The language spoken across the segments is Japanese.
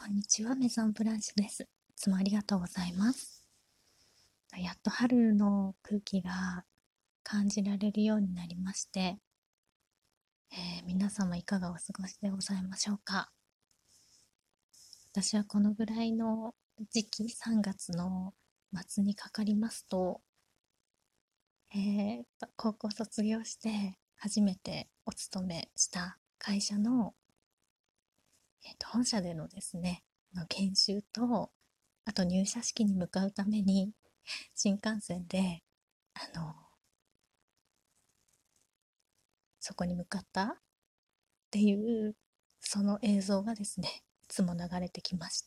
こんにちは、メゾンブランシュです。いつもありがとうございます。やっと春の空気が感じられるようになりまして、皆様いかがお過ごしでございましょうか。私はこのぐらいの時期、3月の末にかかりますと、高校卒業して初めてお勤めした会社の、本社でのですね、研修と、あと入社式に向かうために新幹線であのそこに向かったっていうその映像がですね、いつも流れてきまして、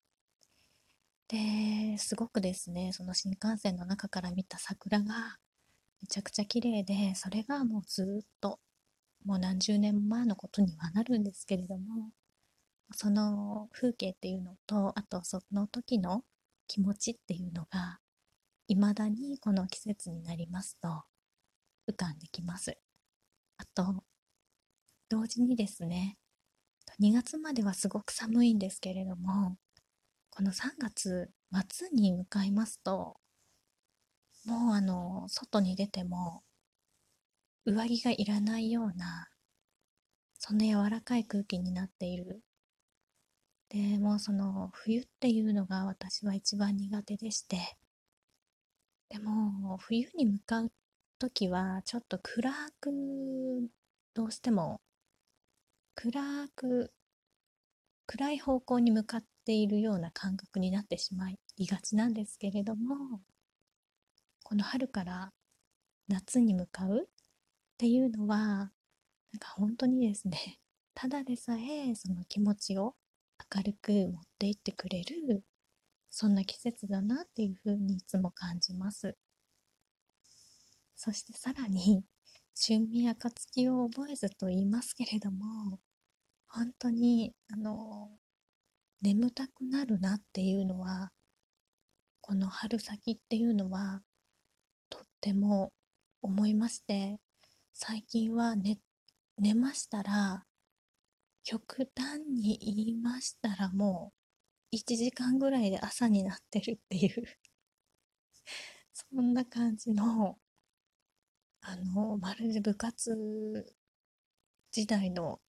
ですごくですね、その新幹線の中から見た桜がめちゃくちゃ綺麗で、それがもうずっともう何十年前のことにはなるんですけれども、その風景っていうのと、あとその時の気持ちっていうのが未だにこの季節になりますと浮かんできます。あと同時にですね、2月まではすごく寒いんですけれども、この3月末に向かいますと、もう外に出ても上着がいらないような、そんな柔らかい空気になっている。で、もうその冬っていうのが私は一番苦手でして、でも冬に向かう時はちょっとどうしても暗く暗い方向に向かっているような感覚になってしまいがちなんですけれども、この春から夏に向かうっていうのはなんか本当にですね、ただでさえその気持ちを明るく持っていってくれる、そんな季節だなっていうふうにいつも感じます。そしてさらに春眠暁を覚えずと言いますけれども、本当に眠たくなるなっていうのは、この春先っていうのはとっても思いまして、最近は寝ましたら、極端に言いましたらもう1時間ぐらいで朝になってるっていうそんな感じの、まるで部活時代の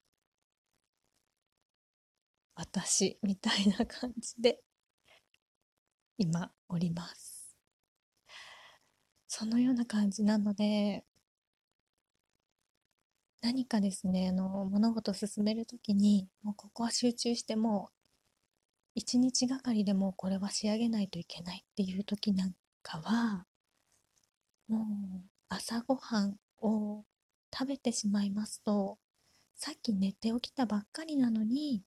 私みたいな感じで今おります。そのような感じなので、何かですね、物事を進めるときに、もうここは集中してもう一日がかりでもこれは仕上げないといけないっていう時なんかは、もう朝ごはんを食べてしまいますと、さっき寝て起きたばっかりなのに、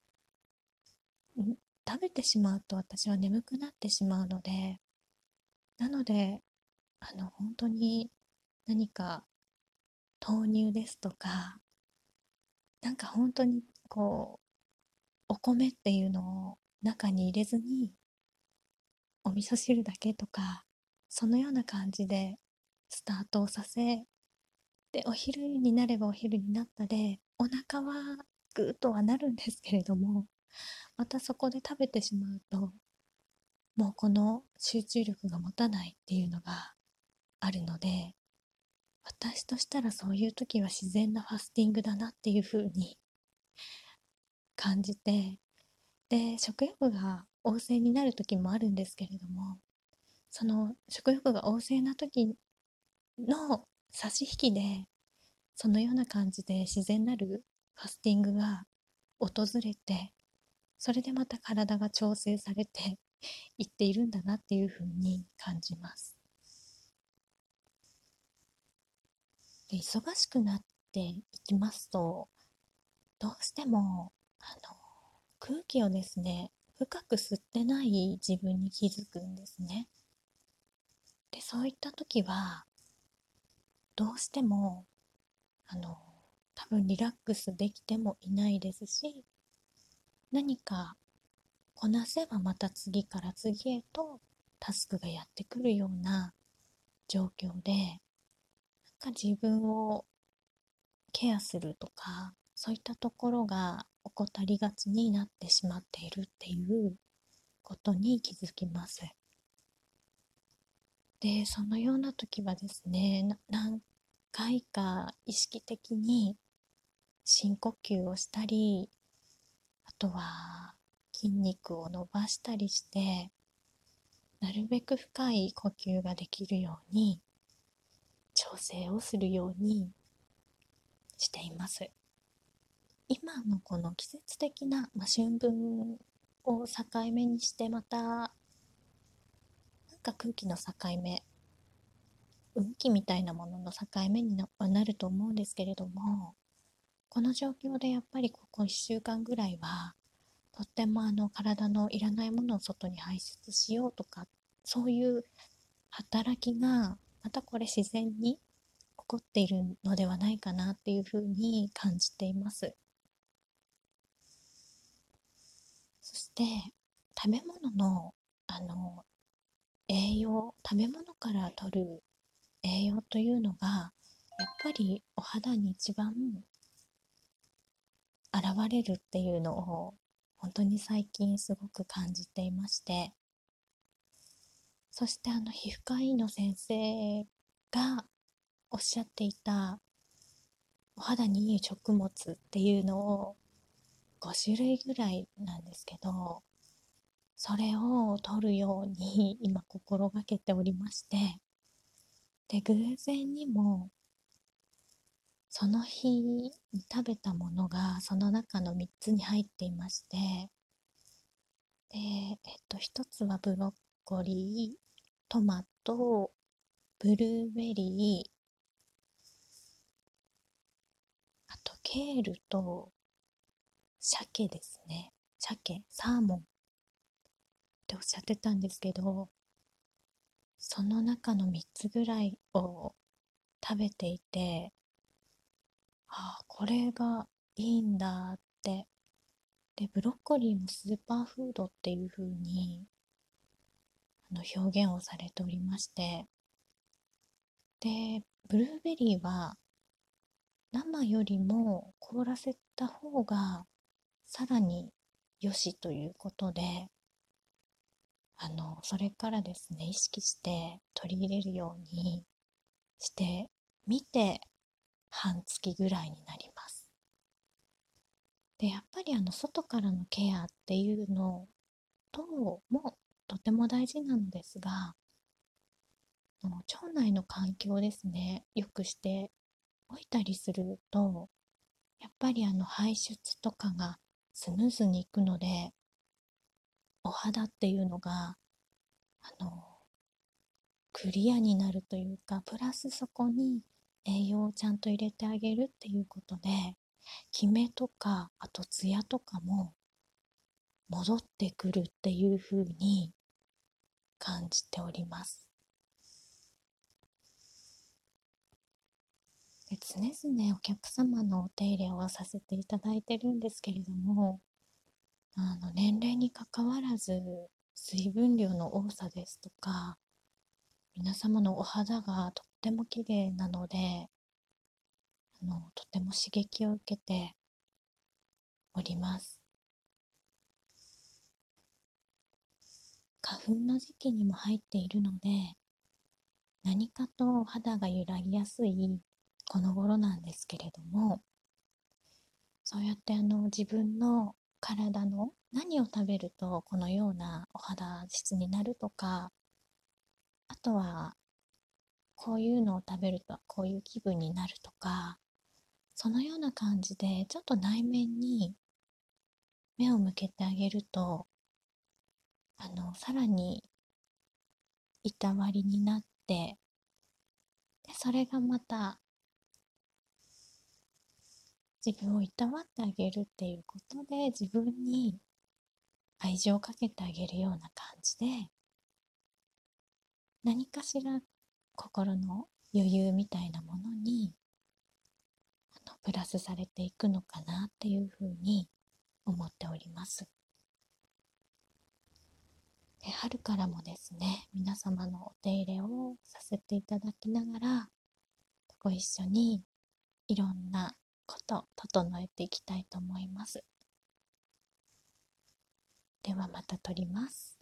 食べてしまうと私は眠くなってしまうので、なので、本当に何か豆乳ですとか、なんか本当にお米っていうのを中に入れずに、お味噌汁だけとか、そのような感じでスタートをさせ、で、お昼になればお昼になったで、お腹はぐーっとはなるんですけれども、またそこで食べてしまうと、もうこの集中力が持たないっていうのがあるので、私としたらそういう時は自然なファスティングだなっていう風に感じて、で、食欲が旺盛になる時もあるんですけれども、その食欲が旺盛な時の差し引きで、そのような感じで自然なるファスティングが訪れて、それでまた体が調整されていっているんだなっていうふうに感じます。で、忙しくなっていきますと、どうしても空気をですね、深く吸ってない自分に気づくんですね。で、そういった時はどうしても多分リラックスできてもいないですし、何かこなせばまた次から次へとタスクがやってくるような状況で、なんか自分をケアするとか、そういったところが怠りがちになってしまっているっていうことに気づきます。で、そのような時はですね、何回か意識的に深呼吸をしたり、あとは筋肉を伸ばしたりして、なるべく深い呼吸ができるように調整をするようにしています。今のこの季節的な、春分を境目にして、また空気の境目、運気みたいなものの境目になると思うんですけれども、この状況でやっぱりここ1週間ぐらいはとっても体のいらないものを外に排出しようとか、そういう働きがまたこれ自然に起こっているのではないかなっていうふうに感じています。そして食べ物の栄養、食べ物から摂る栄養というのがやっぱりお肌に一番現れるっていうのを本当に最近すごく感じていまして、そして皮膚科医の先生がおっしゃっていたお肌にいい食物っていうのを5種類ぐらいなんですけど、それを取るように今心がけておりまして、で偶然にもその日に食べたものがその中の3つに入っていまして、で1つはブロッコリー、トマト、ブルーベリー、あとケールと鮭ですね。鮭、サーモンっておっしゃってたんですけど、その中の3つぐらいを食べていて、これがいいんだって。で、ブロッコリーもスーパーフードっていう風に表現をされておりまして、で、ブルーベリーは生よりも凍らせた方がさらに良しということで、それからですね、意識して取り入れるようにしてみて、半月ぐらいになります。で、やっぱり外からのケアっていうのともとても大事なのですが、腸内の環境ですね、よくしておいたりすると、やっぱり排出とかがスムーズにいくので、お肌っていうのがあのクリアになるというか、プラスそこに栄養をちゃんと入れてあげるっていうことで、キメとかあとツヤとかも戻ってくるっていう風に感じております。で、常々お客様のお手入れをさせていただいてるんですけれども、年齢にかかわらず水分量の多さですとか、皆様のお肌がとっても綺麗なので、とても刺激を受けております。花粉の時期にも入っているので、何かと肌が揺らぎやすいこの頃なんですけれども、そうやって自分の体の何を食べるとこのようなお肌質になるとか、あとはこういうのを食べるとこういう気分になるとか、そのような感じでちょっと内面に目を向けてあげると、さらにいたわりになって、でそれがまた自分をいたわってあげるっていうことで、自分に愛情をかけてあげるような感じで、何かしら心の余裕みたいなものにプラスされていくのかなっていうふうに思っております。で、春からもですね、皆様のお手入れをさせていただきながら、ご一緒にいろんなこと整えていきたいと思います。 ではまた撮ります。